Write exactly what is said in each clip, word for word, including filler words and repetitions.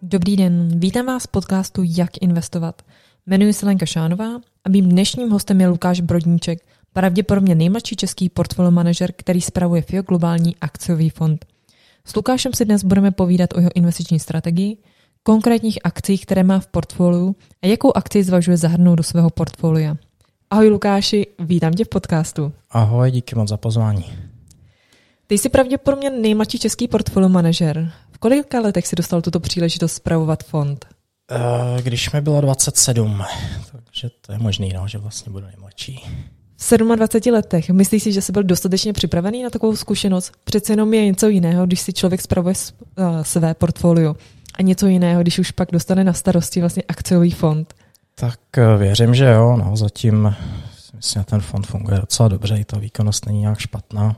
Dobrý den, vítám vás v podcastu Jak investovat. Jmenuji se Lenka Šánová a mým dnešním hostem je Lukáš Brodníček, pravděpodobně nejmladší český portfolio manažer, který spravuje F I O Globální akciový fond. S Lukášem si dnes budeme povídat o jeho investiční strategii, konkrétních akcích, které má v portfoliu a jakou akci zvažuje zahrnout do svého portfolia. Ahoj Lukáši, vítám tě v podcastu. Ahoj, díky moc za pozvání. Ty jsi pravděpodobně nejmladší český portfolio manažer. V kolika letech jsi dostal tuto příležitost spravovat fond? Když mi bylo dvacet sedm, takže to je možný, no, že vlastně budu nejmladší. V dvaceti sedmi letech. Myslíš si, že jsi byl dostatečně připravený na takovou zkušenost? Přece jenom je něco jiného, když si člověk spravuje své portfolio a něco jiného, když už pak dostane na starosti vlastně akciový fond. Tak věřím, že jo. No, zatím myslím, že ten fond funguje docela dobře, i ta výkonnost není nějak špatná.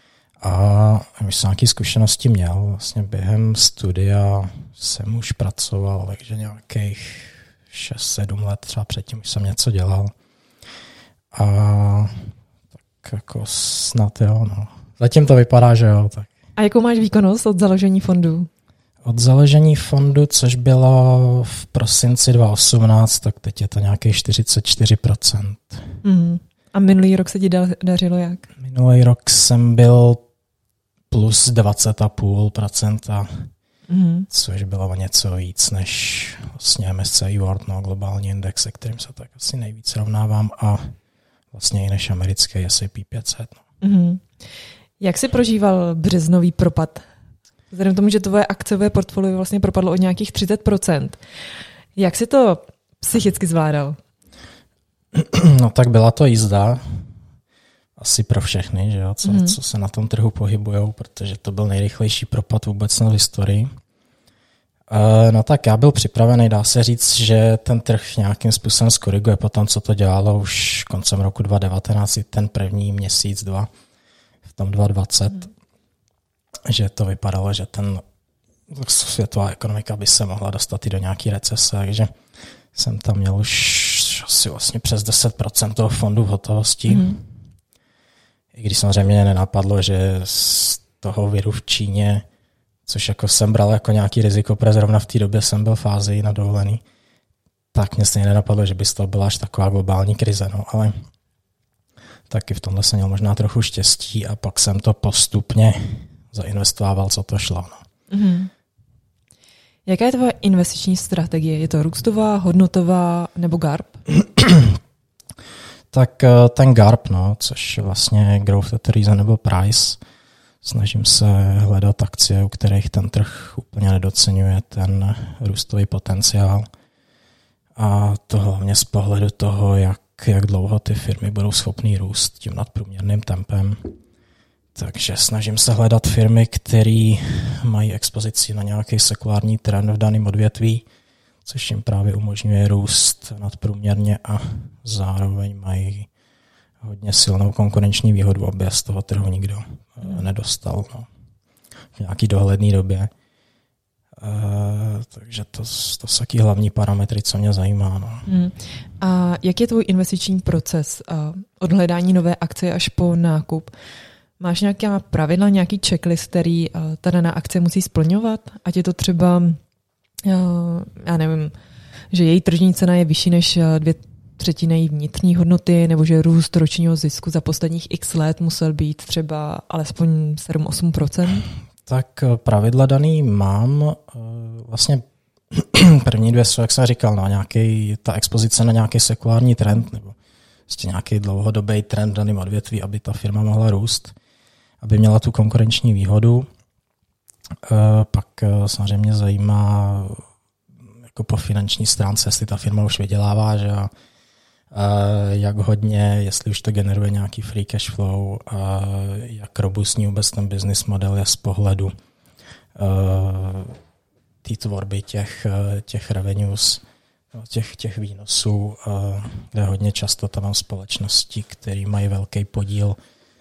A už jsem nějaké zkušenosti měl. Vlastně během studia jsem už pracoval, takže nějakých šest sedm let třeba předtím už jsem něco dělal. A tak jako snad jo, no. Zatím to vypadá, že jo. Tak. A jakou máš výkonnost od založení fondu? Od založení fondu, což bylo v prosinci dva tisíce osmnáct, tak teď je to nějakých čtyřicet čtyři procent. Mm. A minulý rok se ti dařilo jak? Minulý rok jsem byl plus dvacet celá pět procenta, mm. což bylo o něco víc než vlastně M S C I World, no, globální index, se kterým se tak asi nejvíc srovnávám, a vlastně i než americký S A P pět set. No. Mm. Jak jsi prožíval březnový propad? Vzhledem k tomu, že tvoje akciové portfolio vlastně propadlo o nějakých třicet procent. Jak jsi to psychicky zvládal? No tak byla to jízda. Asi pro všechny, že jo, co, mm. co se na tom trhu pohybujou, protože to byl nejrychlejší propad vůbec na historii. E, no tak já byl připravený, dá se říct, že ten trh nějakým způsobem skoriguje po tom, co to dělalo už koncem roku dva tisíce devatenáct, ten první měsíc, dva, v tom dva tisíce dvacet, mm. že to vypadalo, že ten světová ekonomika by se mohla dostat i do nějaký recese, takže jsem tam měl už asi vlastně přes deset procent toho fondu v hotovosti. Mm. I když samozřejmě mě nenapadlo, že z toho viru v Číně, což jako jsem bral jako nějaký riziko, protože zrovna v té době jsem byl v Ázii na dovolený, tak mě stejně nenapadlo, že by z toho byla až taková globální krize. No, ale taky v tomhle jsem měl možná trochu štěstí a pak jsem to postupně zainvestovával, co to šlo. No. Mm-hmm. Jaká je tvoje investiční strategie? Je to růstová, hodnotová nebo G A R P? Tak ten G A R P, no, což je vlastně Growth at a Reasonable Price. Snažím se hledat akcie, u kterých ten trh úplně nedoceňuje ten růstový potenciál. A to hlavně z pohledu toho, jak, jak dlouho ty firmy budou schopný růst tím nadprůměrným tempem. Takže snažím se hledat firmy, které mají expozici na nějaký sekulární trend v daném odvětví, což jim právě umožňuje růst nadprůměrně a zároveň mají hodně silnou konkurenční výhodu, aby z toho trhu nikdo hmm. nedostal, no, v nějaký dohledné době. Uh, takže to, to jsou taky hlavní parametry, co mě zajímá. No. Hmm. A jak je tvůj investiční proces uh, od hledání nové akcie až po nákup? Máš nějaká pravidla, nějaký checklist, který uh, ta daná akce musí splňovat? Ať je to třeba, uh, já nevím, že její tržní cena je vyšší než dvě třetiny její vnitřní hodnoty, nebo že růst ročního zisku za posledních x let musel být třeba alespoň sedm až osm procent? Tak pravidla daný mám. Vlastně první dvě jsou, jak jsem říkal, no, nějaký, ta expozice na nějaký sekulární trend, nebo vlastně nějaký dlouhodobý trend v daném odvětví, aby ta firma mohla růst, aby měla tu konkurenční výhodu. Pak samozřejmě zajímá jako po finanční stránce, jestli ta firma už vydělává, že a jak hodně, jestli už to generuje nějaký free cash flow, a jak robustní vůbec ten business model je z pohledu té tvorby těch, těch revenues, těch, těch výnosů, kde hodně často tam mám společnosti, které mají velký podíl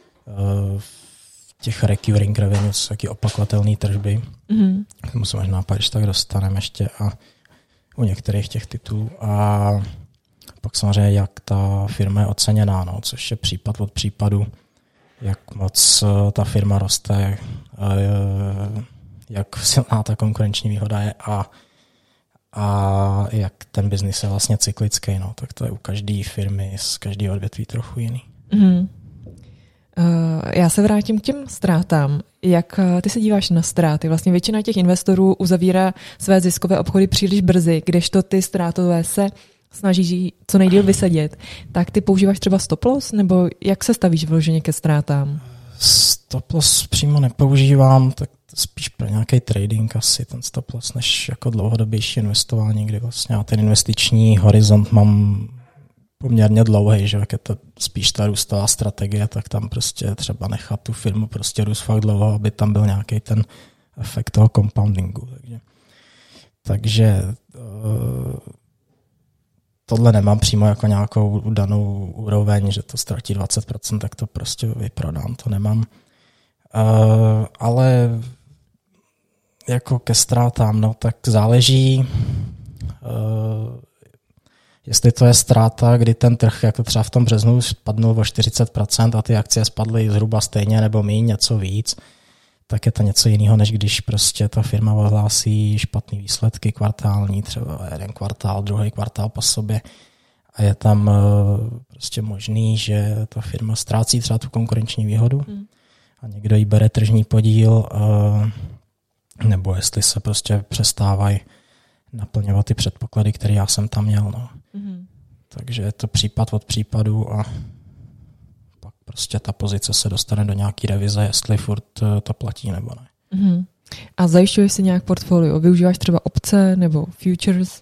v těch recurring revenues, taky opakovatelné tržby. Mm-hmm. K tomu se možná pak, když tak dostaneme ještě a u některých těch titulů. A pak samozřejmě, jak ta firma je oceněná, no, což je případ od případu, jak moc ta firma roste, jak silná ta konkurenční výhoda je a a jak ten biznis je vlastně cyklický, no, tak to je u každé firmy z každého odvětví trochu jiný. Mm. Uh, já se vrátím k těm ztrátám. Jak uh, ty se díváš na ztráty? Vlastně většina těch investorů uzavírá své ziskové obchody příliš brzy, kdežto ty ztrátové se snaží co nejdýl vysedět. Tak ty používáš třeba stop loss, nebo jak se stavíš vloženě ke ztrátám? Stop loss přímo nepoužívám, tak spíš pro nějaký trading asi ten stop loss, než jako dlouhodobější investování, kdy vlastně já ten investiční horizont mám poměrně dlouhý, že jak je to spíš ta růstová strategie, tak tam prostě třeba nechat tu firmu prostě růst fakt dlouho, aby tam byl nějaký ten efekt toho compoundingu. Takže, takže uh, tohle nemám přímo jako nějakou danou úroveň, že to ztratí dvacet procent, tak to prostě vyprodám, to nemám. Uh, ale jako ke ztrátám, no tak záleží, uh, jestli to je ztráta, kdy ten trh, jako třeba v tom březnu, spadnul o čtyřicet procent a ty akcie spadly zhruba stejně nebo méně, něco víc, tak je to něco jiného, než když prostě ta firma ohlásí špatné výsledky kvartální, třeba jeden kvartál, druhý kvartál po sobě a je tam prostě možný, že ta firma ztrácí třeba tu konkurenční výhodu hmm. a někdo jí bere tržní podíl, nebo jestli se prostě přestávají naplňovat ty předpoklady, které já jsem tam měl. No. Mm-hmm. Takže je to případ od případu a pak prostě ta pozice se dostane do nějaký revize, jestli furt to platí nebo ne. Mm-hmm. A zajišťuješ si nějak portfolio? Využíváš třeba opce nebo futures?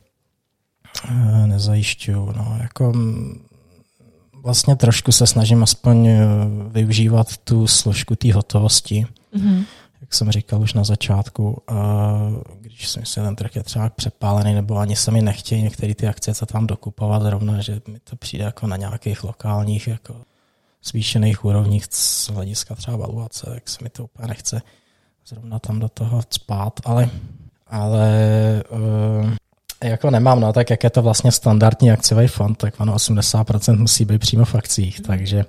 E, nezajišťuju. No. Jako, vlastně trošku se snažím aspoň využívat tu složku té hotovosti. Mm-hmm. Jak jsem říkal už na začátku, když si myslím, ten trh je třeba přepálený, nebo ani se mi nechtějí některé ty akcie co tam dokupovat zrovna, že mi to přijde jako na nějakých lokálních jako zvýšených úrovních z hlediska třeba valuace, tak se mi to úplně nechce zrovna tam do toho cpát, ale, ale uh, jako nemám, no, tak jak je to vlastně standardní akciový fond, tak ono osmdesát procent musí být přímo v akcích, takže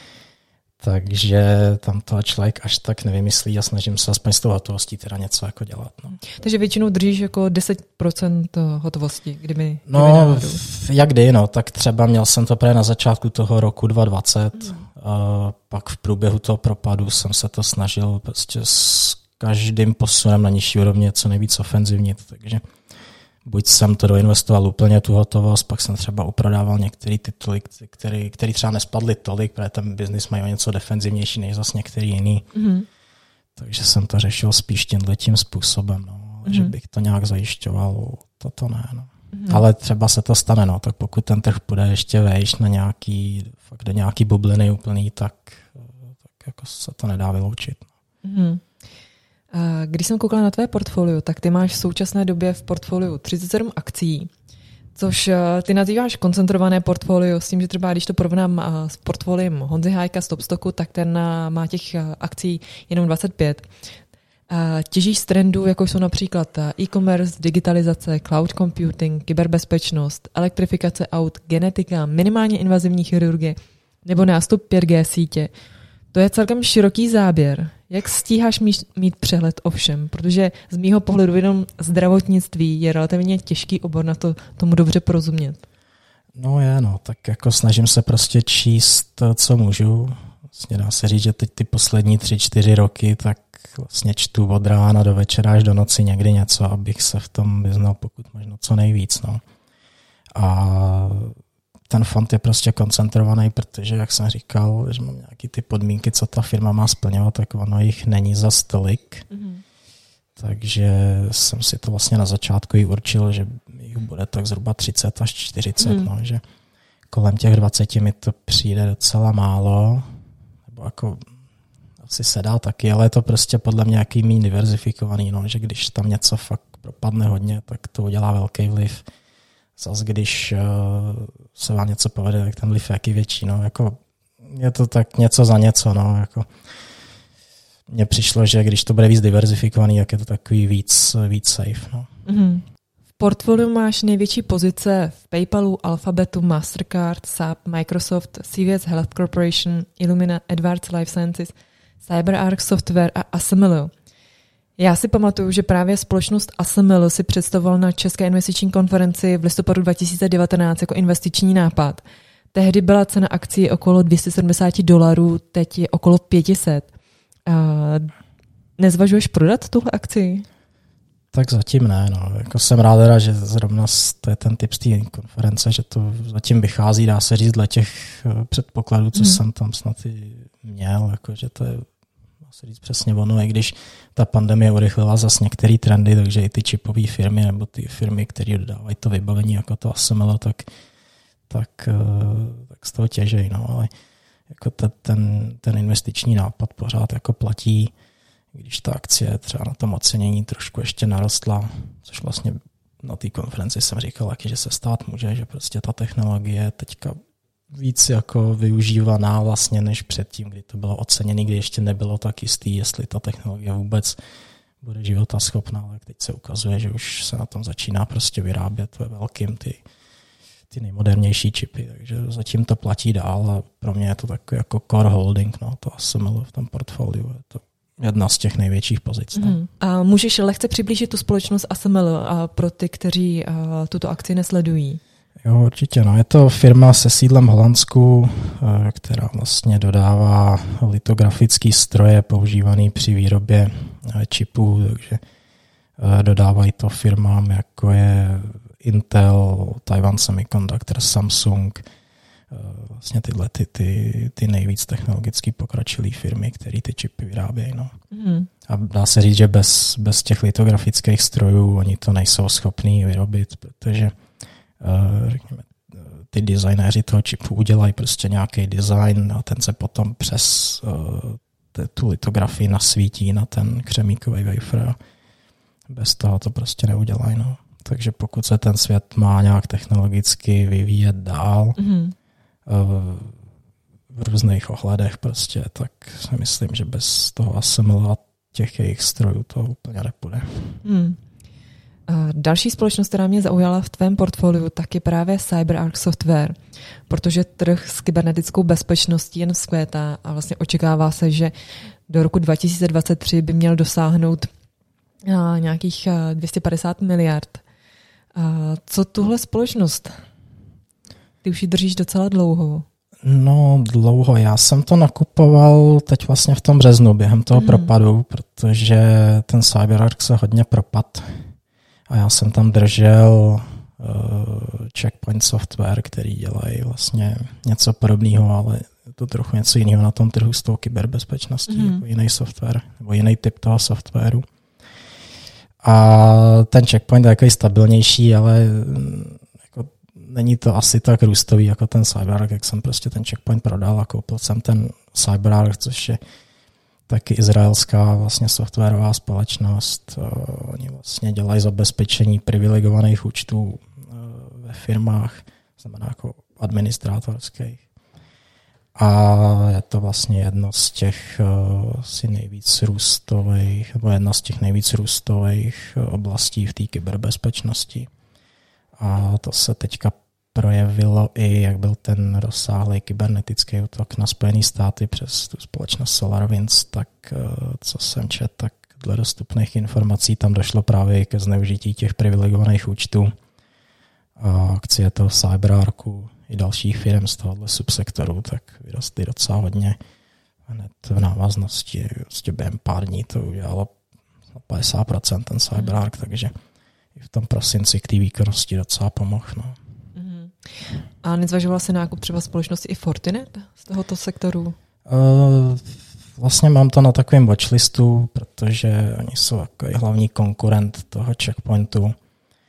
Takže tam to člověk až tak nevymyslí a snažím se aspoň s tou hotovostí teda něco jako dělat. No. Takže většinou držíš jako deset procent hotovosti, kdyby No, jak kdy, no, tak třeba měl jsem to právě na začátku toho roku dva tisíce dvacet, mm. a pak v průběhu toho propadu jsem se to snažil prostě s každým posunem na nižší úrovni co nejvíc ofenzivnit, takže buď jsem to doinvestoval úplně tu hotovost, pak jsem třeba uprodával některé tituly, který, který třeba nespadly tolik, protože ten biznis mají o něco defenzivnější než zase některý jiný. Mm-hmm. Takže jsem to řešil spíš tímhletím způsobem, no. Mm-hmm. Že bych to nějak zajišťoval, toto ne. No. Mm-hmm. Ale třeba se to stane, no. Tak pokud ten trh půjde ještě vejš na nějaký, fakt do nějaký bubliny úplný, tak, tak jako se to nedá vyloučit. Mm-hmm. Když jsem koukala na tvé portfolio, tak ty máš v současné době v portfoliu třicet sedm akcí, což ty nazýváš koncentrované portfolio s tím, že třeba když to porovnám s portfoliem Honzy Hájka z Topstocku, tak ten má těch akcí jenom dvacet pět. Těžíš z trendů, jako jsou například e-commerce, digitalizace, cloud computing, kyberbezpečnost, elektrifikace aut, genetika, minimálně invazivní chirurgie nebo nástup pět G sítě. To je celkem široký záběr. Jak stíháš mít, mít přehled o všem? Protože z mýho pohledu jenom zdravotnictví je relativně těžký obor na to tomu dobře porozumět. No je, no, tak jako snažím se prostě číst, co můžu. Vlastně dá se říct, že teď ty poslední tři, čtyři roky, tak vlastně čtu od rána do večera až do noci někdy něco, abych se v tom vyznal pokud možno co nejvíc. No. A ten fond je prostě koncentrovaný, protože, jak jsem říkal, že mám nějaké ty podmínky, co ta firma má splňovat, tak ono jich není za stolik. Mm-hmm. Takže jsem si to vlastně na začátku i určil, že jich bude tak zhruba třicet až čtyřicet, mm. no, že kolem těch dvacet mi to přijde docela málo, nebo jako asi se dá taky, ale je to prostě podle mě nějaký méně diverzifikovaný, no, že když tam něco fakt propadne hodně, tak to udělá velký vliv. Zas když uh, se vám něco povede, tak ten vliv je jaký větší. No, jako, je to tak něco za něco. No, jako, mně přišlo, že když to bude víc diverzifikovaný, tak je to takový víc, víc safe. No. Mm-hmm. V portfoliu máš největší pozice v PayPalu, Alphabetu, Mastercard, S A P, Microsoft, C V S Health Corporation, Illumina, Edwards Life Sciences, CyberArk Software a Assimilio. Já si pamatuju, že právě společnost A S M L si představoval na České investiční konferenci v listopadu dva tisíce devatenáct jako investiční nápad. Tehdy byla cena akcí okolo dvě stě sedmdesát dolarů, teď je okolo pět set. Nezvažuješ prodat tuhle akci? Tak zatím ne. No. Jako jsem rád, že zrovna to je ten typ z té konference, že to zatím vychází, dá se říct, dle těch předpokladů, co hmm. jsem tam snad i měl, jako, že to je dá se říct přesně ono, i když ta pandemie urychlila zase některé trendy, takže i ty čipové firmy nebo ty firmy, které dodávají to vybavení jako to A S M L, tak, tak, tak z toho těžej. No. Ale jako ten, ten investiční nápad pořád jako platí, když ta akcie třeba na tom ocenění trošku ještě narostla, což vlastně na té konferenci jsem říkal, že se stát může, že prostě ta technologie je teďka víc jako využívaná vlastně než předtím, kdy to bylo oceněné, kdy ještě nebylo tak jistý, jestli ta technologie vůbec bude životaschopná, ale teď se ukazuje, že už se na tom začíná prostě vyrábět ve velkým ty, ty nejmodernější čipy, takže zatím to platí dál a pro mě je to takový jako core holding, no, to A S M L v tom portfoliu, je to jedna z těch největších pozic. No. Hmm. A můžeš lehce přiblížit tu společnost A S M L a pro ty, kteří a, tuto akci nesledují? Jo, určitě. No. Je to firma se sídlem v Holandsku, která vlastně dodává litografické stroje používané při výrobě čipů, takže dodávají to firmám, jako je Intel, Taiwan Semiconductor, Samsung, vlastně tyhle ty, ty, ty nejvíc technologicky pokročilé firmy, které ty čipy vyrábějí. No. Mm. A dá se říct, že bez, bez těch litografických strojů oni to nejsou schopní vyrobit, protože řekněme, ty designéři toho čipu udělají prostě nějaký design a ten se potom přes uh, tu litografii nasvítí na ten křemíkový wafer. Bez toho to prostě neudělají. No. Takže pokud se ten svět má nějak technologicky vyvíjet dál, mm-hmm. uh, v různých ohledech prostě, tak si myslím, že bez toho A S M L a těch jejich strojů to úplně nepůjde. Mm. Další společnost, která mě zaujala v tvém portfoliu, tak je právě CyberArk Software, protože trh s kybernetickou bezpečností jen vzkvétá a vlastně očekává se, že do roku dva tisíce dvacet tři by měl dosáhnout nějakých dvě stě padesát miliard. Co tuhle společnost? Ty už ji držíš docela dlouho. No dlouho. Já jsem to nakupoval teď vlastně v tom březnu během toho hmm. propadu, protože ten CyberArk se hodně propad. A já jsem tam držel uh, Checkpoint Software, který dělají vlastně něco podobného, ale je to trochu něco jiného na tom trhu s tou kyberbezpečností, mm. jako jiný software, nebo jiný typ toho softwaru. A ten Checkpoint je takový stabilnější, ale jako není to asi tak růstový jako ten CyberArk, jak jsem prostě ten Checkpoint prodal a koupil jsem ten CyberArk, což je taky izraelská vlastně softwarová společnost. Oni vlastně dělají zabezpečení privilegovaných účtů ve firmách, znamená jako administrátorských. A je to vlastně jedno z těch asi nejvíc růstových, nebo jedna z těch nejvíc růstových oblastí v té kyberbezpečnosti. A to se teďka projevilo i, jak byl ten rozsáhlý kybernetický útok na Spojené státy přes tu společnost SolarWinds, tak co jsem četl, tak dle dostupných informací tam došlo právě ke zneužití těch privilegovaných účtů. A akcie toho CyberArku i dalších firm z tohohle subsektoru tak vyrostly docela hodně. Hned v návaznosti vlastně během pár dní to udělalo padesát procent ten CyberArk, takže i v tom prosinci k té výkonnosti docela pomohl. No. A nezvažoval se nákup třeba společnosti i Fortinet z tohoto sektoru? Uh, vlastně mám to na takovém watchlistu, protože oni jsou takový hlavní konkurent toho Checkpointu. Uh,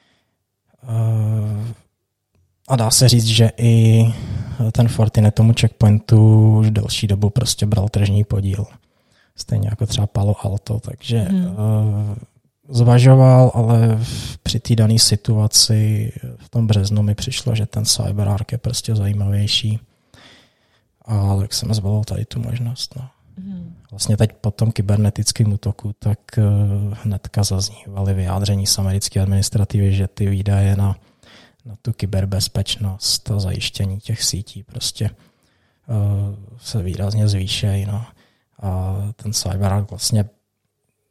a dá se říct, že i ten Fortinet tomu Checkpointu už delší dobu prostě bral tržní podíl. Stejně jako třeba Palo Alto, takže hmm. uh, zvažoval, ale při té dané situaci v tom březnu mi přišlo, že ten CyberArk je prostě zajímavější. A tak jsem zvolil tady tu možnost. No. Mm. Vlastně teď po tom kybernetickém útoku tak hnedka zaznívaly vyjádření z americké administrativy, že ty výdaje na, na tu kyberbezpečnost a zajištění těch sítí prostě uh, se výrazně zvýšejí. No. A ten CyberArk vlastně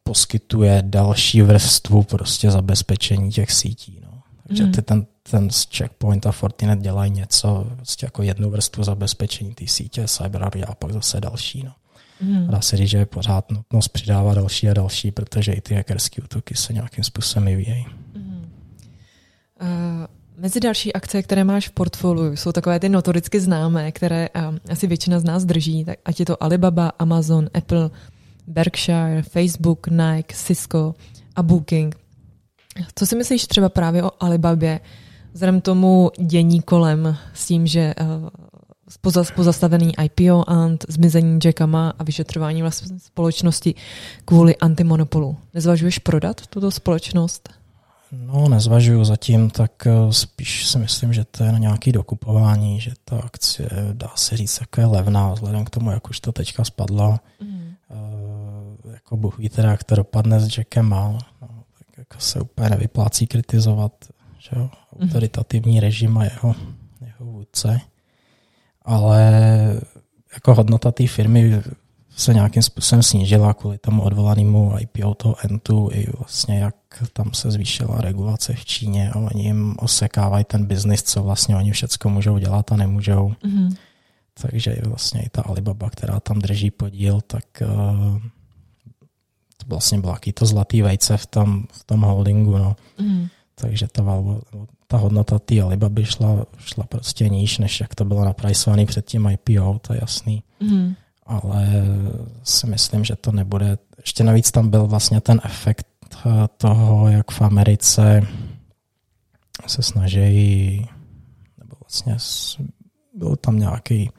poskytuje další vrstvu prostě zabezpečení těch sítí. No. Takže ty ten, ten Checkpoint a Fortinet dělají něco, prostě jako jednu vrstvu zabezpečení té sítě, CyberArk a pak zase další. No. Mm. Dá se říct, že je pořád nutnost přidávat další a další, protože i ty hackerské útoky se nějakým způsobem vyvíjejí. Mm. Uh, mezi další akce, které máš v portfoliu, jsou takové ty notoricky známé, které uh, asi většina z nás drží, tak ať je to Alibaba, Amazon, Apple, Berkshire, Facebook, Nike, Cisco a Booking. Co si myslíš třeba právě o Alibabě, vzhledem tomu dění kolem s tím, že uh, pozastavený I P O ant, zmizení Jacka Ma a vyšetřování vlastně společnosti kvůli antimonopolu. Nezvažuješ prodat tuto společnost? No, nezvažuju zatím, tak spíš si myslím, že to je na nějaké dokupování, že ta akcie, dá se říct, jako je levná, vzhledem k tomu, jak už to teďka spadla. Mm. Uh, jako Bůh ví teda, jak to dopadne s Jackem Ma. No, tak jako se úplně nevyplácí kritizovat, že jo, autoritativní režim a jeho, jeho vůdce. Ale jako hodnota té firmy se nějakým způsobem snížila kvůli tomu odvolanému I P O toho Entu i vlastně jak tam se zvýšila regulace v Číně a oni jim osekávají ten biznis, co vlastně oni všecko můžou dělat a nemůžou. Mm-hmm. Takže vlastně i ta Alibaba, která tam drží podíl, tak uh, to vlastně bylo jaký to zlatý vejce v tom, v tom holdingu. No. Mm-hmm. Takže ta, ta hodnota té Alibaby šla, šla prostě níž, než jak to bylo napricovaný před tím I P O, to je jasný. Mm-hmm. Ale si myslím, že to nebude. Ještě navíc tam byl vlastně ten efekt toho, jak v Americe se snaží, nebo vlastně byl tam nějaký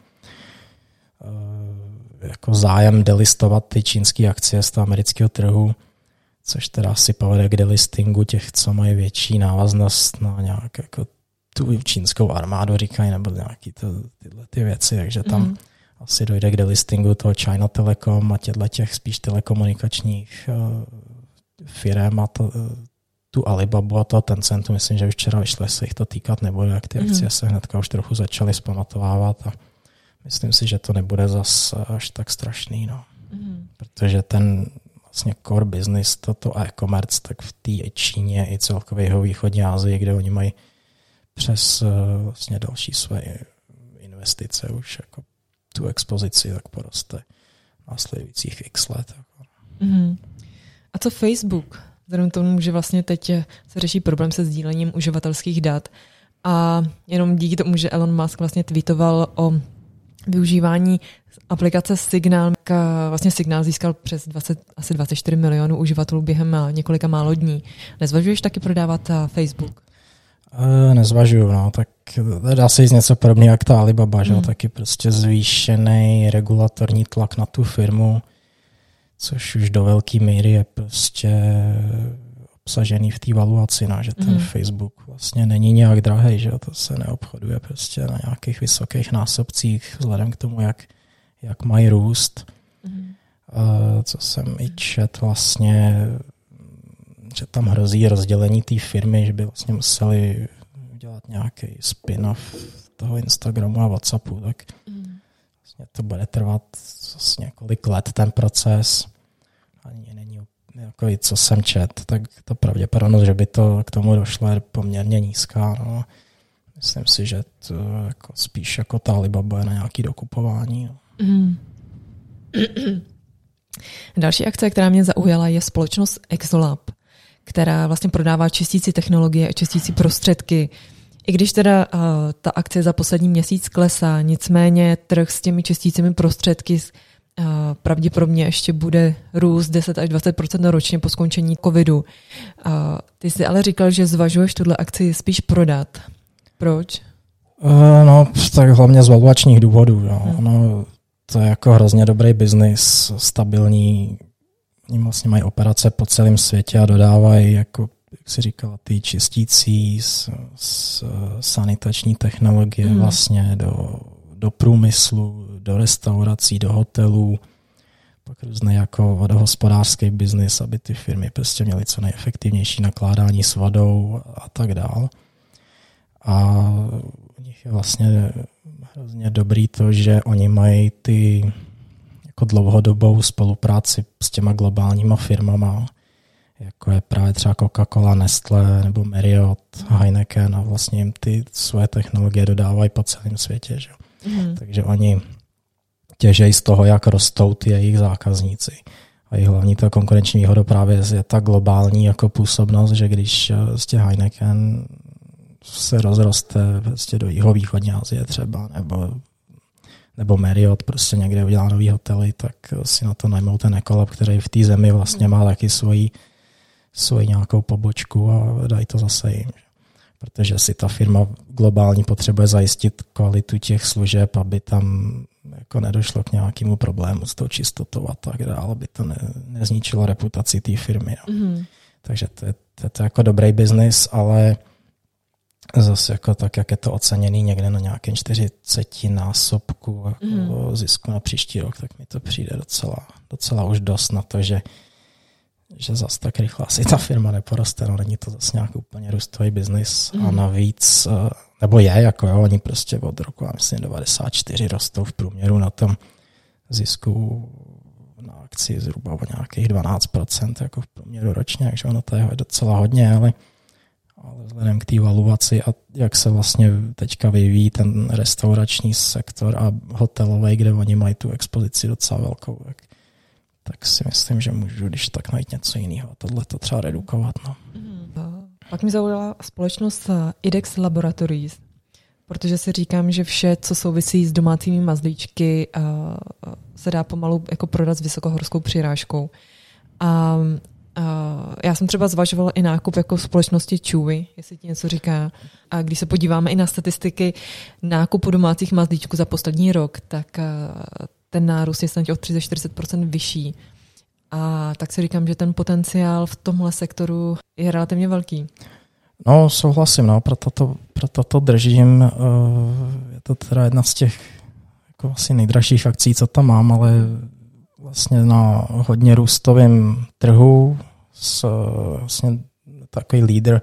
jako zájem delistovat ty čínské akcie z toho amerického trhu, což teda si povede k delistingu těch, co mají větší návaznost na nějak jako tu čínskou armádu, říkají, nebo nějaký to, tyhle ty věci, takže tam mm. asi dojde k delistingu toho China Telecom a těchto těch spíš telekomunikačních uh, firem a to, tu Alibabu a to Tencentu, myslím, že už včera vyšlo, se jich to týkat nebude, jak ty akcie mm. se hnedka už trochu začaly zpamatovávat a myslím si, že to nebude zas až tak strašný, no. Mm. Protože ten vlastně core business, toto e-commerce, tak v té Číně i celkově jeho východní Asii, kde oni mají přes vlastně další své investice už jako tu expozici, tak poroste následujících x let. Mm. A co Facebook? Vzhledem k tomu, že vlastně teď se řeší problém se sdílením uživatelských dat a jenom díky tomu, že Elon Musk vlastně tweetoval o využívání aplikace Signal, vlastně Signal získal přes dvacet, asi dvacet čtyři milionů uživatelů během několika málo dní. Nezvažuješ taky prodávat Facebook? E, nezvažuju, no, tak dá se jít něco podobného jak ta Alibaba, že? Hmm. Taky prostě zvýšený regulatorní tlak na tu firmu, což už do velké míry je prostě obsažený v té valuaci, no, že ten hmm. Facebook vlastně není nějak drahej, že to se neobchoduje prostě na nějakých vysokých násobcích vzhledem k tomu, jak, jak mají růst. Hmm. Uh, co jsem i čet vlastně, že tam hrozí rozdělení té firmy, že by vlastně museli dělat nějaký spin-off toho Instagramu a WhatsAppu, tak hmm. vlastně to bude trvat vlastně několik let ten proces. Ani není jako i co jsem čet, tak ta pravděpodobnost, že by to k tomu došlo, je poměrně nízká. No. Myslím si, že to jako spíš jako ta Alibaba je na nějaké dokupování. No. Mm. Další akce, která mě zaujala, je společnost Exolab, která vlastně prodává čistící technologie a čistící prostředky. I když teda uh, ta akce za poslední měsíc klesá, nicméně trh s těmi čistícími prostředky uh, pravděpodobně ještě bude růst deset až dvacet procent ročně po skončení covidu. Uh, ty jsi ale říkal, že zvažuješ tuhle akci spíš prodat. Proč? Uh, no, tak hlavně z valuačních důvodů. No. Hmm. Ono, to je jako hrozně dobrý biznis, stabilní. Oni vlastně mají operace po celém světě a dodávají, jako, jak jsi říkala, ty čistící s, s, sanitační technologie hmm. vlastně do, do průmyslu, do restaurací, do hotelů, pak různé jako vodohospodářský biznis, aby ty firmy prostě měly co nejefektivnější nakládání s vodou a tak dál. A u nich je vlastně hrozně dobrý to, že oni mají ty jako dlouhodobou spolupráci s těma globálníma firmama, jako je právě třeba Coca-Cola, Nestlé nebo Marriott, Heineken a vlastně jim ty svoje technologie dodávají po celém světě. Že? Mm. Takže oni těžejí z toho, jak rostou ty jejich zákazníci. A jejich hlavní ta konkurenční výhoda právě je ta globální jako působnost, že když prostě Heineken se rozroste prostě do jihovýchodní Asie třeba, nebo, nebo Marriott prostě někde udělá nový hotely, tak si na to najmou ten Ecolab, který v té zemi vlastně má taky svoji, svoji nějakou pobočku a dají to zase jim. Protože si ta firma globální potřebuje zajistit kvalitu těch služeb, aby tam jako nedošlo k nějakému problému s tou čistotou a tak dále, aby to ne, nezničilo reputaci té firmy. Mm. Takže to je, to je to jako dobrý biznis, ale zase jako tak, jak je to oceněný někde na nějakém čtyřicetinásobku jako mm. zisku na příští rok, tak mi to přijde docela, docela už dost na to, že že zase tak rychle asi ta firma neporoste, no není to zase nějak úplně růstový biznis mm. a navíc, nebo je, jako jo, oni prostě od roku, já myslím, devadesát čtyři rostou v průměru na tom zisku na akci zhruba o nějakých dvanáct procent jako v průměru ročně, takže ono to je docela hodně, ale, ale vzhledem k té valuaci a jak se vlastně teďka vyvíjí ten restaurační sektor a hotelový, kde oni mají tu expozici docela velkou, tak tak si myslím, že můžu, když tak najít něco jiného. Tohle to třeba redukovat. No. Pak mi zaujala společnost IDEX Laboratories, protože si říkám, že vše, co souvisí s domácími mazlíčky, se dá pomalu jako prodat s vysokohorskou přirážkou. A já jsem třeba zvažovala i nákup jako společnosti Chewy, jestli ti něco říká. A když se podíváme i na statistiky nákupu domácích mazlíčků za poslední rok, tak ten nárůst je snad o třicet až čtyřicet procent vyšší. A tak si říkám, že ten potenciál v tomhle sektoru je relativně velký. No, souhlasím, no, proto to, proto to držím. Je to teda jedna z těch jako asi nejdražších akcí, co tam mám, ale vlastně na hodně růstovém trhu s vlastně takový lídr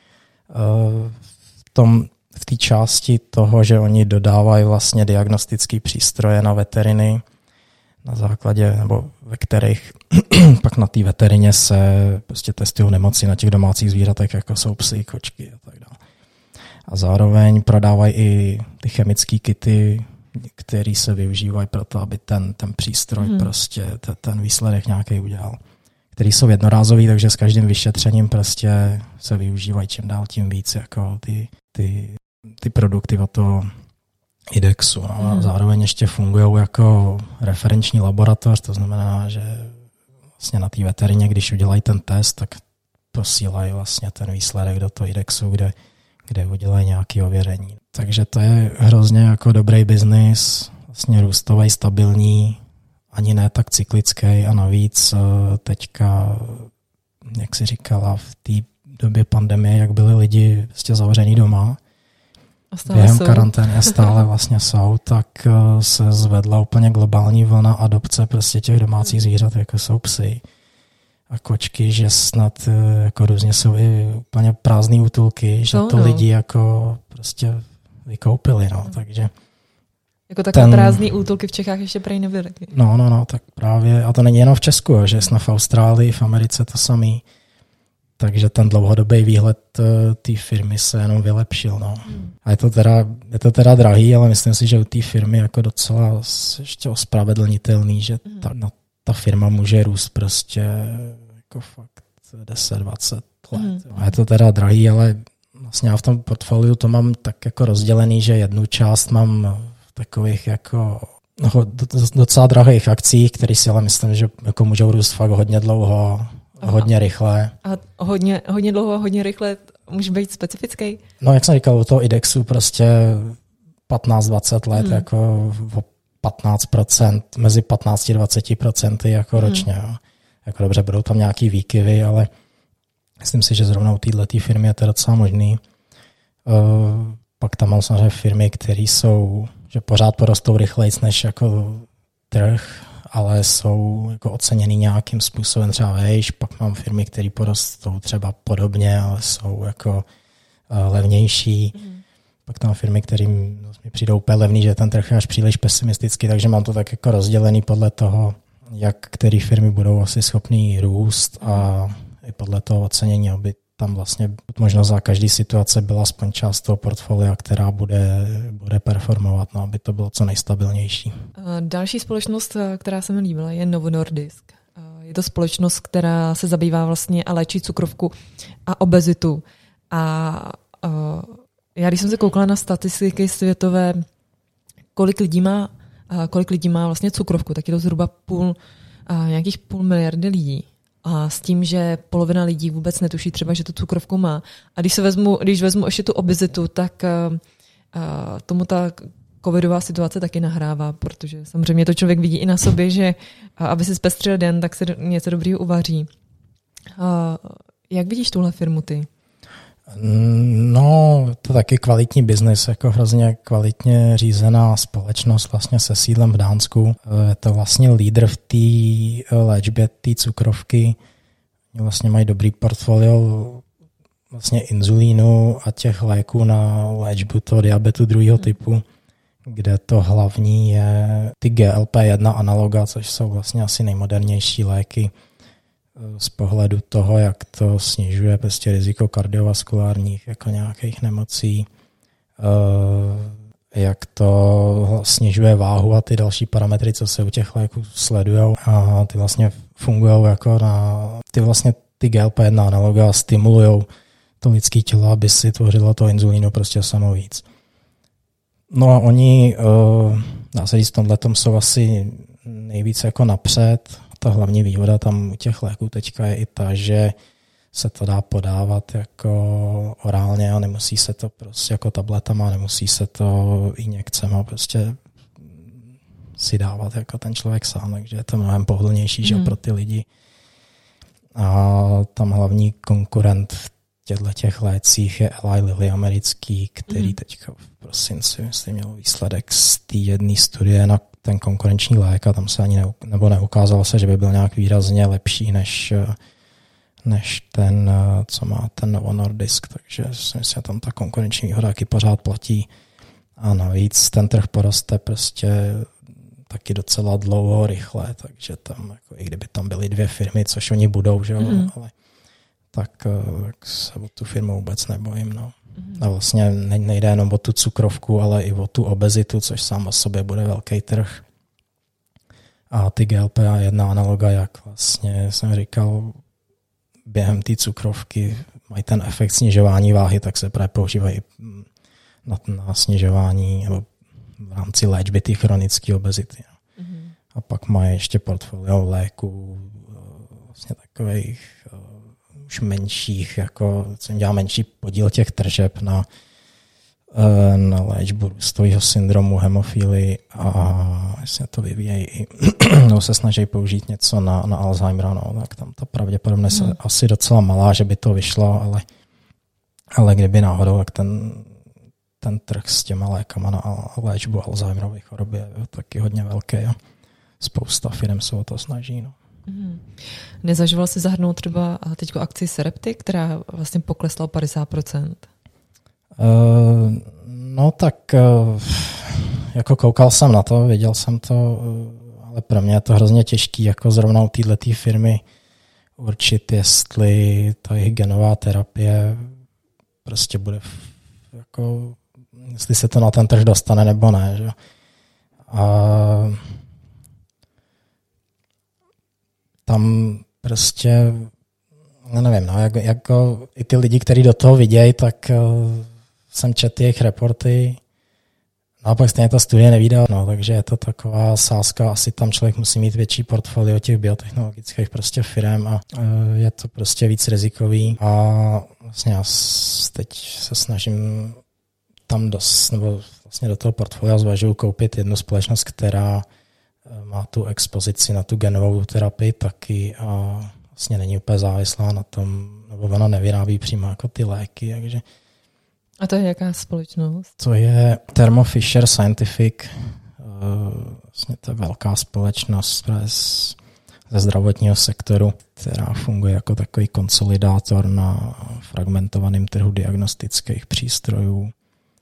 v tom v té části toho, že oni dodávají vlastně diagnostické přístroje na veteriny, na základě, nebo ve kterých pak na té veterině se prostě testují nemoci na těch domácích zvířatech, jako jsou psy, kočky a tak dále. A zároveň prodávají i ty chemické kity, které se využívají pro to, aby ten, ten přístroj hmm. prostě t- ten výsledek nějaký udělal. Který jsou jednorázový, takže s každým vyšetřením prostě se využívají čím dál tím víc jako ty, ty ty produkty od toho IDEXu. No. A zároveň ještě fungují jako referenční laboratoř, to znamená, že vlastně na té veterině, když udělají ten test, tak posílají vlastně ten výsledek do toho IDEXu, kde, kde udělají nějaké ověření. Takže to je hrozně jako dobrý biznis, vlastně růstový, stabilní, ani ne tak cyklický a navíc teďka, jak si říkala, v té době pandemie, jak byli lidi vlastně zavření doma, během jsou. karantény a stále vlastně jsou, tak se zvedla úplně globální vlna adopce prostě těch domácích zvířat, jako jsou psy a kočky, že snad jako různě jsou i úplně prázdný útulky, že to no. lidi jako prostě vykoupili, no, takže jako takové ten... prázdný útulky v Čechách ještě prej nebyly. No, no, no, tak právě, a to není jenom v Česku, jo, že snad v Austrálii, v Americe to samý. Takže ten dlouhodobý výhled té firmy se jenom vylepšil. No. Hmm. A je to, teda, je to teda drahý, ale myslím si, že u té firmy jako docela ještě ospravedlnitelný, že ta, no, ta firma může růst prostě jako fakt deset dvacet let. Hmm. A je to teda drahý, ale vlastně já v tom portfoliu to mám tak jako rozdělený, že jednu část mám v takových jako no, docela drahých akcích, které si ale myslím, že jako můžou růst fakt hodně dlouho. Aha. Hodně rychle. A hodně, hodně dlouho a hodně rychle může být specifický? No, jak jsem říkal, u toho IDEXu prostě patnáct dvacet let, hmm. jako o patnáct procent, mezi patnáct a dvacet procent jako hmm. ročně. Jo. Jako dobře, budou tam nějaký výkyvy, ale myslím si, že zrovna u této firmy je to docela možný. Uh, pak tam mám samozřejmě firmy, které jsou, že pořád porostou rychleji než jako trh, ale jsou jako oceněný nějakým způsobem třeba vejš, pak mám firmy, které porostou třeba podobně, ale jsou jako uh, levnější. Mm. pak tam firmy, kterým mi přijdou úplně levný, že ten trh je až příliš pesimistický, takže mám to tak jako rozdělený podle toho, jak které firmy budou asi schopný růst a i podle toho ocenění, aby tam vlastně možná za každý situace byla aspoň část toho portfolia, která bude, bude performovat, no, aby to bylo co nejstabilnější. Další společnost, která se mi líbila, je Novo Nordisk. Je to společnost, která se zabývá vlastně a léčí cukrovku a obezitu. A já když jsem se koukala na statistiky světové, kolik lidí má, kolik lidí má vlastně cukrovku, tak je to zhruba půl, nějakých půl miliardy lidí. A s tím, že polovina lidí vůbec netuší třeba, že tu cukrovku má. A když se vezmu, když vezmu ještě tu obezitu, tak uh, tomu ta covidová situace taky nahrává, protože samozřejmě to člověk vidí i na sobě, že uh, aby si zpestřil den, tak se něco dobrýho uvaří. Uh, jak vidíš tuhle firmu ty? No, to taky kvalitní biznis, jako hrozně kvalitně řízená společnost vlastně se sídlem v Dánsku. Je to vlastně lídr v té léčbě té cukrovky. Vlastně mají dobrý portfolio vlastně inzulínu a těch léků na léčbu toho diabetu druhého typu, kde to hlavní je ty G L P jedna analoga, což jsou vlastně asi nejmodernější léky z pohledu toho, jak to snižuje prostě riziko kardiovaskulárních jako nějakých nemocí, jak to snižuje váhu a ty další parametry, co se u těch léků sledujou a ty vlastně fungují jako na ty vlastně ty G L P jedna analoga stimulujou to lidské tělo, aby si tvořilo to inzulínu prostě samo víc. No a oni, dá se říct, v tomhletom jsou asi nejvíc jako napřed. Ta hlavní výhoda tam u těch léků teďka je i ta, že se to dá podávat jako orálně a nemusí se to prostě jako tabletama, nemusí se to injekcema prostě si dávat jako ten člověk sám, takže je to mnohem pohodlnější, mm. že pro ty lidi. A tam hlavní konkurent v těchto těch lécích je Eli Lilly americký, který mm. teďka v prosinci myslím měl výsledek z té jedné studie na ten konkurenční lék a tam se ani ne, nebo neukázalo se, že by byl nějak výrazně lepší než, než ten, co má ten Novo Nordisk, takže si myslím, že tam ta konkurenční výhoda taky pořád platí a navíc ten trh poroste prostě taky docela dlouho, rychle, takže tam, jako, i kdyby tam byly dvě firmy, což oni budou, že jo, mm. ale tak, tak se o tu firmu vůbec nebojím, no. A vlastně nejde jenom o tu cukrovku, ale i o tu obezitu, což sám o sobě bude velký trh. A ty G L P jedna analoga, jak vlastně jsem říkal, během té cukrovky mají ten efekt snižování váhy, tak se právě používají na, na snižování nebo v rámci léčby té chronické obezity. Mm-hmm. A pak mají ještě portfolio léků vlastně takových už menších, jako jsem dělal menší podíl těch tržeb na, na léčbu růstového syndromu, hemofílii a vlastně to vyvíjejí nebo se snaží použít něco na, na Alzheimera, no, tak tam ta pravděpodobnost hmm. je asi docela malá, že by to vyšlo, ale, ale kdyby náhodou, tak ten, ten trh s těma lékama na léčbu Alzheimerovy choroby je taky hodně velký a spousta firm se o to snaží, no. Hmm. Nezažíval jsi zahrnout třeba teďko akci Sarepty, která vlastně poklesla o padesát procent? Uh, no tak uh, jako koukal jsem na to, viděl jsem to, uh, ale pro mě je to hrozně těžký jako zrovna u této firmy určit, jestli ta jejich genová terapie prostě bude jako, jestli se to na ten trh dostane nebo ne. Že? A tam prostě, nevím, no, jak, jako i ty lidi, kteří do toho vidějí, tak uh, jsem četl jejich reporty, no a pak stejně ta studie nevídal, no, takže je to taková sázka, asi tam člověk musí mít větší portfolio těch biotechnologických prostě firem a uh, je to prostě víc rizikový a vlastně já teď se snažím tam dost, nebo vlastně do toho portfolia zvažuji koupit jednu společnost, která má tu expozici na tu genovou terapii taky a vlastně není úplně závislá na tom, nebo ona nevyrábí přímo jako ty léky. Takže a to je jaká společnost? To je Thermo Fisher Scientific, vlastně to je velká společnost ze zdravotního sektoru, která funguje jako takový konsolidátor na fragmentovaném trhu diagnostických přístrojů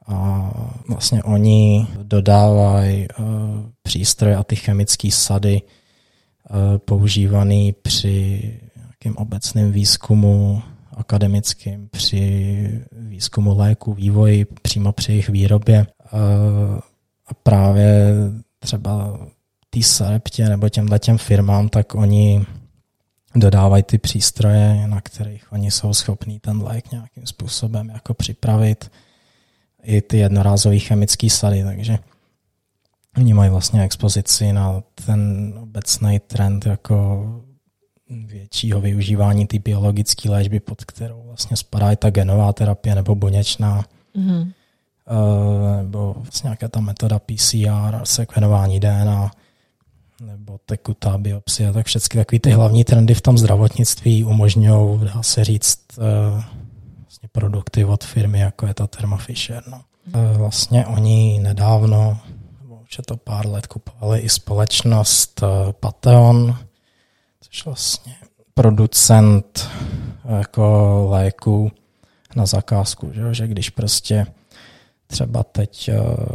a vlastně oni dodávají uh, přístroje a ty chemické sady uh, používaný při nějakým obecným výzkumu akademickým, při výzkumu léku, vývoji, přímo při jejich výrobě. Uh, a právě třeba té Sareptě nebo těmhle těm firmám, tak oni dodávají ty přístroje, na kterých oni jsou schopní ten lék nějakým způsobem jako připravit, i ty jednorázové chemické sady, takže oni mají vlastně expozici na ten obecný trend jako většího využívání té biologické léčby, pod kterou vlastně spadá i ta genová terapie nebo buněčná, mm-hmm. nebo vlastně nějaká ta metoda P C R, sekvenování D N A, nebo tekutá biopsie, tak všechny takový ty hlavní trendy v tom zdravotnictví umožňují, dá se říct, vlastně produkty od firmy, jako je ta Thermo Fisher. No. Vlastně oni nedávno, už je to pár let, kupovali i společnost Patheon, což vlastně producent jako léku na zakázku, že, že když prostě třeba teď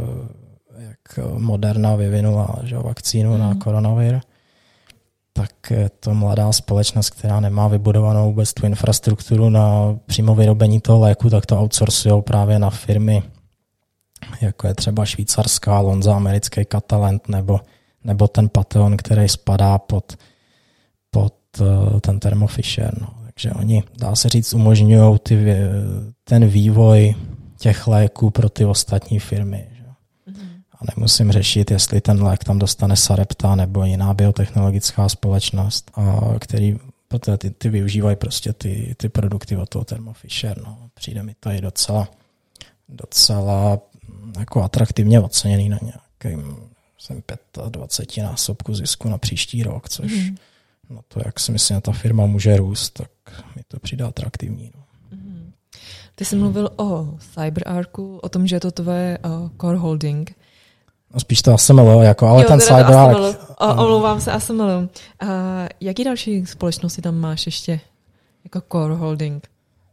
jak Moderna vyvinula, že, vakcínu mm. na koronavir, tak je to mladá společnost, která nemá vybudovanou vůbec tu infrastrukturu na přímo vyrobení toho léku, tak to outsourcujou právě na firmy, jako je třeba švýcarská Lonza, americký Catalent, nebo, nebo ten Patheon, který spadá pod, pod uh, ten Thermo Fisher. No. Takže oni, dá se říct, umožňují ty, ten vývoj těch léků pro ty ostatní firmy. Že? Mm-hmm. A nemusím řešit, jestli ten lék tam dostane Sarepta nebo jiná biotechnologická společnost, a který protože ty, ty využívají prostě ty, ty produkty od toho Thermo Fisher. No. Přijde mi to i docela, docela jako atraktivně oceněný na nějakým dvacet pět násobku zisku na příští rok, což mm. no to, jak si myslím, ta firma může růst, tak mi to přijde atraktivní. No. Mm. Ty jsi mluvil o CyberArku, o tom, že je to tvoje uh, core holding. No spíš to A S M L, jako, ale jo, ten CyberArk... O, omlouvám se A S M L. Uh, jaký další společnosti tam máš ještě jako core holding?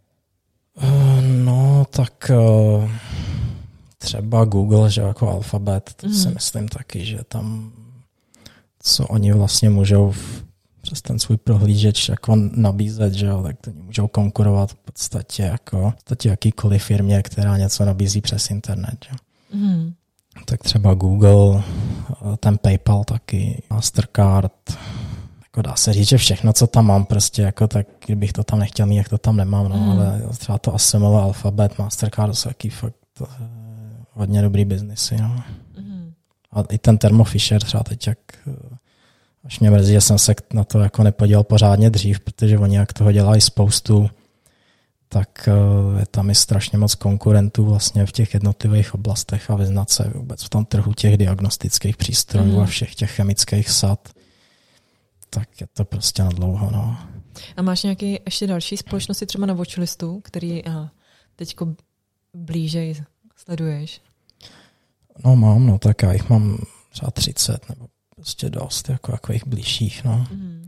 Uh, no, tak... Uh... třeba Google, že jako Alphabet, to mm. si myslím taky, že tam, co oni vlastně můžou v, přes ten svůj prohlížeč jako nabízet, že jo, tak to můžou konkurovat v podstatě jako v podstatě jakýkoliv firmě, která něco nabízí přes internet, že? Mm. Tak třeba Google, ten PayPal taky, Mastercard, jako dá se říct, že všechno, co tam mám, prostě jako tak, kdybych to tam nechtěl mít, jak to tam nemám, no, mm. ale třeba to A S M L, Alphabet, Mastercard, jsou jaký fakt to, hodně dobrý biznisy. No. Mm. A i ten Thermo Fisher třeba teď, jak, až mě mrzí, že jsem se na to jako nepodíval pořádně dřív, protože oni jak toho dělají spoustu, tak je tam i strašně moc konkurentů vlastně v těch jednotlivých oblastech a vyznat se vůbec v tom trhu těch diagnostických přístrojů mm. a všech těch chemických sad, tak je to prostě na dlouho. No. A máš nějaké ještě další společnosti třeba na watchlistu, který teďko blíže sleduješ? No mám, no tak já jich mám třeba třicet nebo prostě dost, jako takových blížších, no. Mm.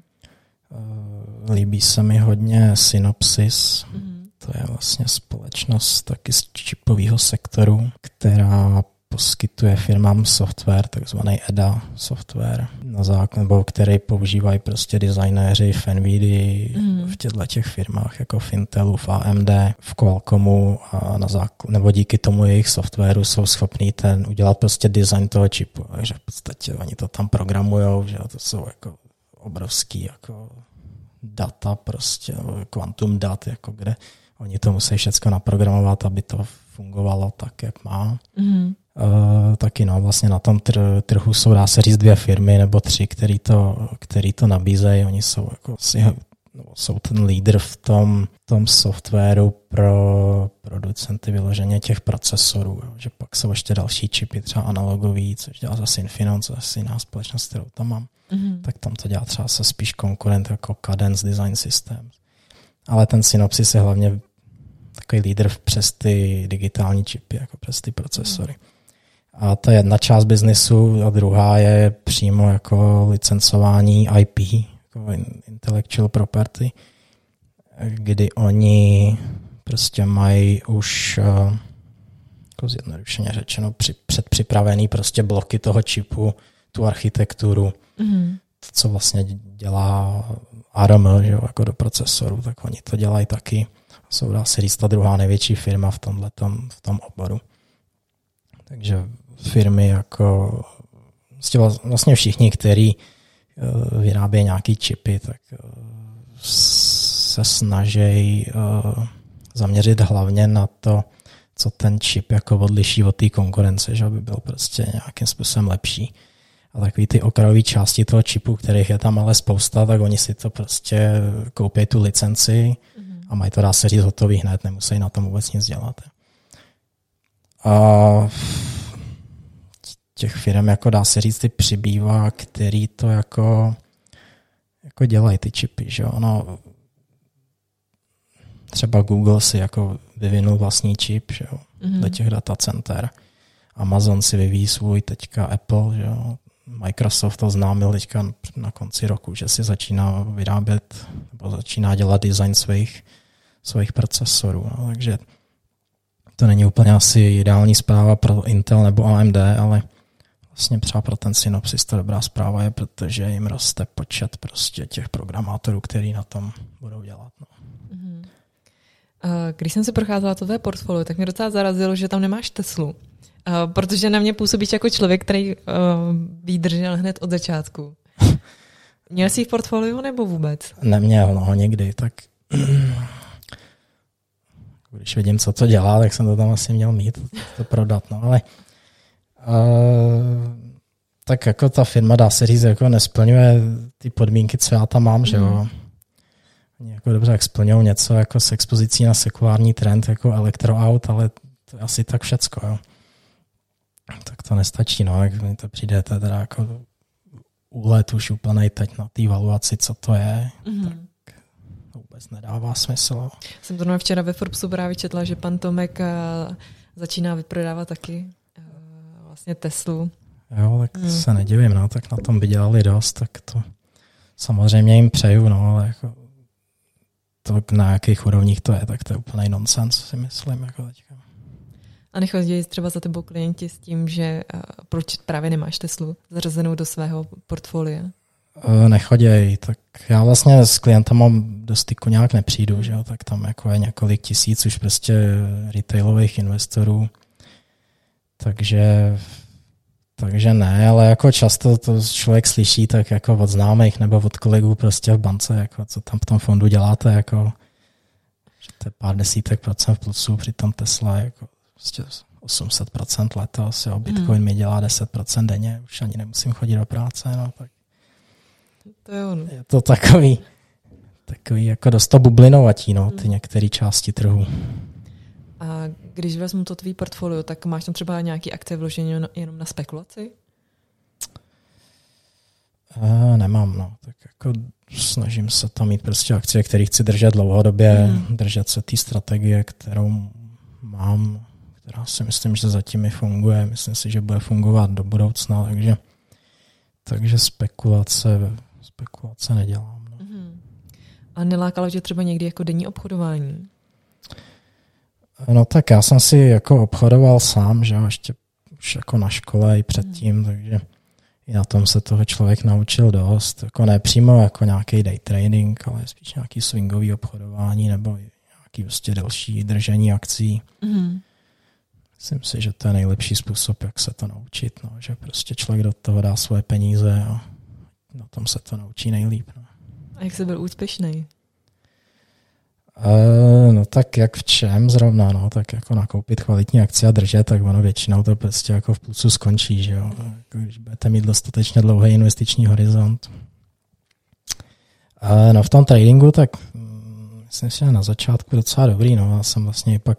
Líbí se mi hodně Synopsys, mm. to je vlastně společnost taky z čipového sektoru, která poskytuje firmám software, takzvaný E D A software, na základ, nebo který používají prostě designéři v NVIDII, mm. v těchto těch firmách, jako v Intelu, v A M D, v Qualcommu a na základ, nebo díky tomu jejich softwaru jsou schopní ten udělat prostě design toho čipu. Takže v podstatě oni to tam programujou, že to jsou jako obrovský jako data prostě, kvantum dat, jako kde oni to musí všechno naprogramovat, aby to fungovalo tak, jak má. Mm. Uh, taky no, vlastně na tom tr- trhu jsou, dá se říct, dvě firmy nebo tři, který to, který to nabízejí. Oni jsou jako no, jsou ten lídr v tom, tom softwaru pro producenty vyloženě těch procesorů. Jo. Že pak jsou ještě další čipy, třeba analogový, což dělá zase Infineon, co asi jiná společnost, kterou tam mám. Mm-hmm. Tak tam to dělá třeba se spíš konkurent jako Cadence Design Systems. Ale ten Synopsys je hlavně takový lídr přes ty digitální čipy, jako přes ty procesory. Mm. A to je jedna část biznesu a druhá je přímo jako licencování I P, jako intellectual property, kdy oni prostě mají už jako zjednodušeně řečeno při, předpřipravený prostě bloky toho čipu, tu architekturu, mm-hmm. to, co vlastně dělá A R M, že jo, jako do procesoru, tak oni to dělají taky. Jsou, dá se říct, ta druhá největší firma v tomhletom, v tom oboru. Takže firmy jako vlastně všichni, kteří vyrábějí nějaký čipy, tak se snaží zaměřit hlavně na to, co ten čip jako odliší od té konkurence, že aby byl prostě nějakým způsobem lepší. A takový ty okrajové části toho čipu, kterých je tam ale spousta, tak oni si to prostě koupí tu licenci mm-hmm. a mají to, dá se říct, hotový hned, nemusí na tom vůbec nic dělat. A těch firm, jako dá se říct, ty přibývá, který to jako, jako dělají ty čipy, že ono třeba Google si jako vyvinul vlastní čip, že jo, mm-hmm. do těch datacenter. Amazon si vyvíjí svůj, teďka Apple, že jo. Microsoft to oznámil teďka na konci roku, že si začíná vyrábět nebo začíná dělat design svých, svých procesorů. No, takže to není úplně asi ideální zpráva pro Intel nebo A M D, ale vlastně třeba pro ten Synopsys to dobrá zpráva je, protože jim roste počet prostě těch programátorů, který na tom budou dělat. No. Mm-hmm. Když jsem si procházela to tvé portfolio, tak mě docela zarazilo, že tam nemáš Teslu. Uh, protože na mě působíš jako člověk, který uh, vydržel hned od začátku. Měl jsi v portfoliu nebo vůbec? Neměl, no nikdy. Tak když vidím, co to dělá, tak jsem to tam asi měl mít, to prodat. No, ale uh, tak jako ta firma, dá se říct, jako nesplňuje ty podmínky, co já tam mám, mm. že jo. Oni jako dobře jak splňují něco jako s expozicí na sekulární trend, jako elektroaut, ale to je asi tak všecko, jo. Tak to nestačí, no, jak mi to přijde teda jako úlet už úplně teď na té valuaci, co to je, mm-hmm. tak to vůbec nedává smysl. Jsem to včera ve Forbesu právě četla, že pan Tomek začíná vyprodávat taky vlastně Teslu. Jo, tak mm. se nedivím, no, tak na tom vydělali dost, tak to samozřejmě jim přeju, no, ale jako to na jakých úrovních to je, tak to je úplný nonsens, si myslím, jako teďka. A nechodí třeba za tebou klienti s tím, že uh, proč právě nemáš Teslu zařazenou do svého portfolia? Uh, nechoděj, tak já vlastně s klientama do styku nějak nepřijdu, že jo? Tak tam jako je několik tisíc už prostě retailových investorů, takže, takže ne, ale jako často to člověk slyší tak jako od známých nebo od kolegů prostě v bance, jako co tam v tom fondu děláte, jako že to je pár desítek procent v plusu, přitom Tesla jako prostě osm set procent letos, jo, Bitcoin hmm. mi dělá deset procent denně, už ani nemusím chodit do práce, no, tak to je, ono. Je to takový, takový jako dost to bublinovatí, no, ty hmm. některé části trhu. A když vezmu to tvý portfolio, tak máš tam třeba nějaký akce vložené jenom na spekulaci? E, nemám, no, tak jako snažím se tam mít prostě akcie, které chci držet dlouhodobě, hmm. držet se té strategie, kterou mám, která si myslím, že zatím mi funguje. Myslím si, že bude fungovat do budoucna, takže, takže spekulace, spekulace nedělám. No. Mm. A nelákalo tě třeba někdy jako denní obchodování? No tak já jsem si jako obchodoval sám, že ještě už jako na škole i předtím, mm. takže i na tom se toho člověk naučil dost. Jako ne přímo jako nějaký day trading, ale spíš nějaký swingový obchodování nebo nějaký prostě další držení akcí. Mm. Myslím si, že to je nejlepší způsob, jak se to naučit. No. Že prostě člověk do toho dá svoje peníze a na tom se to naučí nejlíp. No. A jak jsi byl úspěšný? Uh, no tak jak v čem zrovna, no, tak jako nakoupit kvalitní akcie a držet, tak ono většinou to prostě jako v plusu skončí, že jo. Když budete mít dostatečně dlouhý investiční horizont. Uh, no v tom tradingu, tak mm, myslím si, že na začátku docela dobrý, no. Já jsem vlastně pak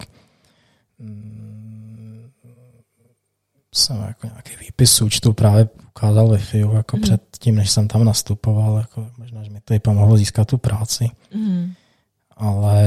mm, jsem jako nějaký výpis účtu právě ukázal ve F I U jako mm. před tím, než jsem tam nastupoval, jako možná, že mi to i pomohlo získat tu práci. Mm. Ale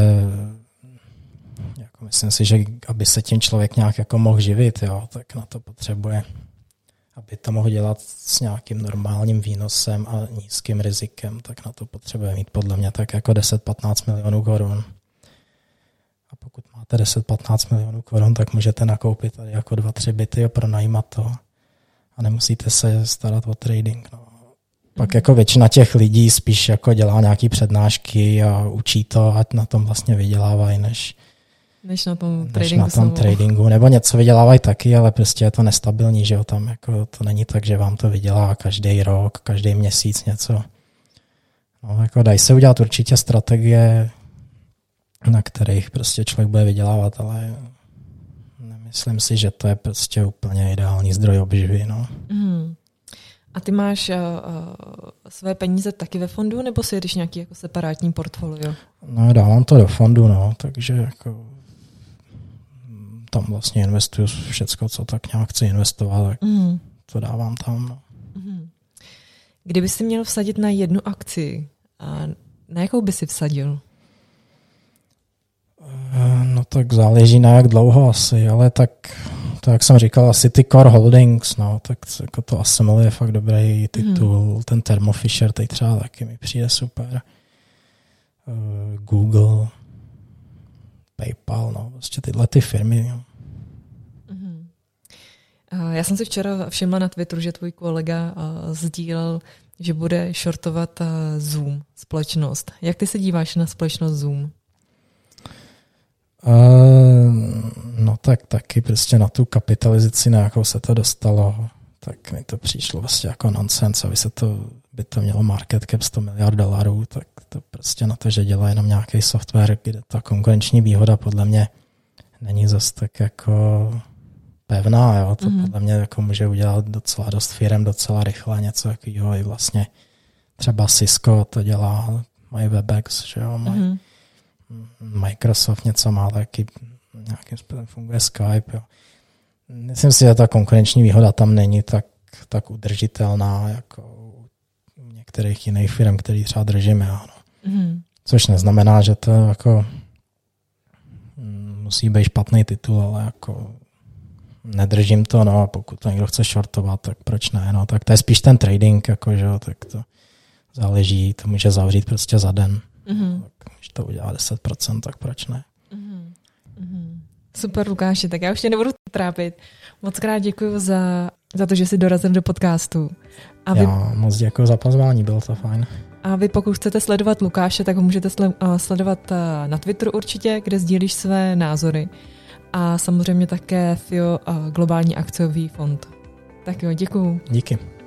jako myslím si, že aby se tím člověk nějak jako mohl živit, jo, tak na to potřebuje, aby to mohl dělat s nějakým normálním výnosem a nízkým rizikem, tak na to potřebuje mít podle mě tak jako deset patnáct milionů korun. A pokud pokud máte deset patnáct milionů korun, tak můžete nakoupit tady jako dva, tři byty a pronajímat to. A nemusíte se starat o trading. No. Pak jako většina těch lidí spíš jako dělá nějaký přednášky a učí to, ať na tom vlastně vydělávají, než, než na tom, než tradingu, na tom tradingu. Nebo něco vydělávají taky, ale prostě je to nestabilní, že jo, tam jako to není tak, že vám to vydělá každý rok, každý měsíc něco. No, jako dají se udělat určitě strategie, na kterých prostě člověk bude vydělávat, ale nemyslím si, že to je prostě úplně ideální zdroj obživy. No. Mm. A ty máš uh, své peníze taky ve fondu, nebo si jedeš nějaký jako separátní portfolio? No, dávám to do fondu, no, takže jako tam vlastně investuju všecko, co tak nějak chci investovat, tak mm. to dávám tam. No. Mm. Kdyby si měl vsadit na jednu akci, a na jakou by si vsadil? No tak záleží na jak dlouho asi, ale tak to, jak jsem říkal, asi ty Core Holdings, no, tak jako to Assemble je fakt dobrý titul, mm. ten Thermo Fisher, teď třeba taky mi přijde super. Uh, Google, PayPal, no, prostě tyhle ty firmy. No. Mm. Uh, já jsem si včera všimla na Twitteru, že tvůj kolega uh, sdílel, že bude shortovat uh, Zoom, společnost. Jak ty se díváš na společnost Zoom? Uh, no tak taky prostě na tu kapitalizaci, na jakou se to dostalo, tak mi to přišlo vlastně jako nonsense, aby se to, by to mělo market cap sto miliard dolarů, tak to prostě na to, že dělá jenom nějaký software, kde ta konkurenční výhoda podle mě není zase tak jako pevná, jo, to mm-hmm. podle mě jako může udělat docela dost firem, docela rychle něco takového, i vlastně třeba Cisco to dělá, mají Webex, že jo, mají mm-hmm. Microsoft něco má, taky nějakým způsobem funguje Skype. Jo. Myslím si, že ta konkurenční výhoda tam není tak, tak udržitelná jako u některých jiných firm, který třeba držíme. Ano. Mm. Což neznamená, že to jako musí být špatný titul, ale jako nedržím to, no a pokud to někdo chce shortovat, tak proč ne, no, tak to je spíš ten trading, jako, že, tak to záleží, to může zavřít prostě za den. Mm-hmm. Tak, když to udělá deset procent, tak proč ne? Mm-hmm. Super, Lukáši, tak já už tě nebudu trápit. Moc krát děkuji za, za to, že jsi dorazil do podcastu. A vy, já moc děkuji za pozvání, bylo to fajn. A vy pokud chcete sledovat Lukáše, tak ho můžete sledovat na Twitteru určitě, kde sdílíš své názory. A samozřejmě také F I O, Globální akciový fond. Tak jo, děkuji. Díky.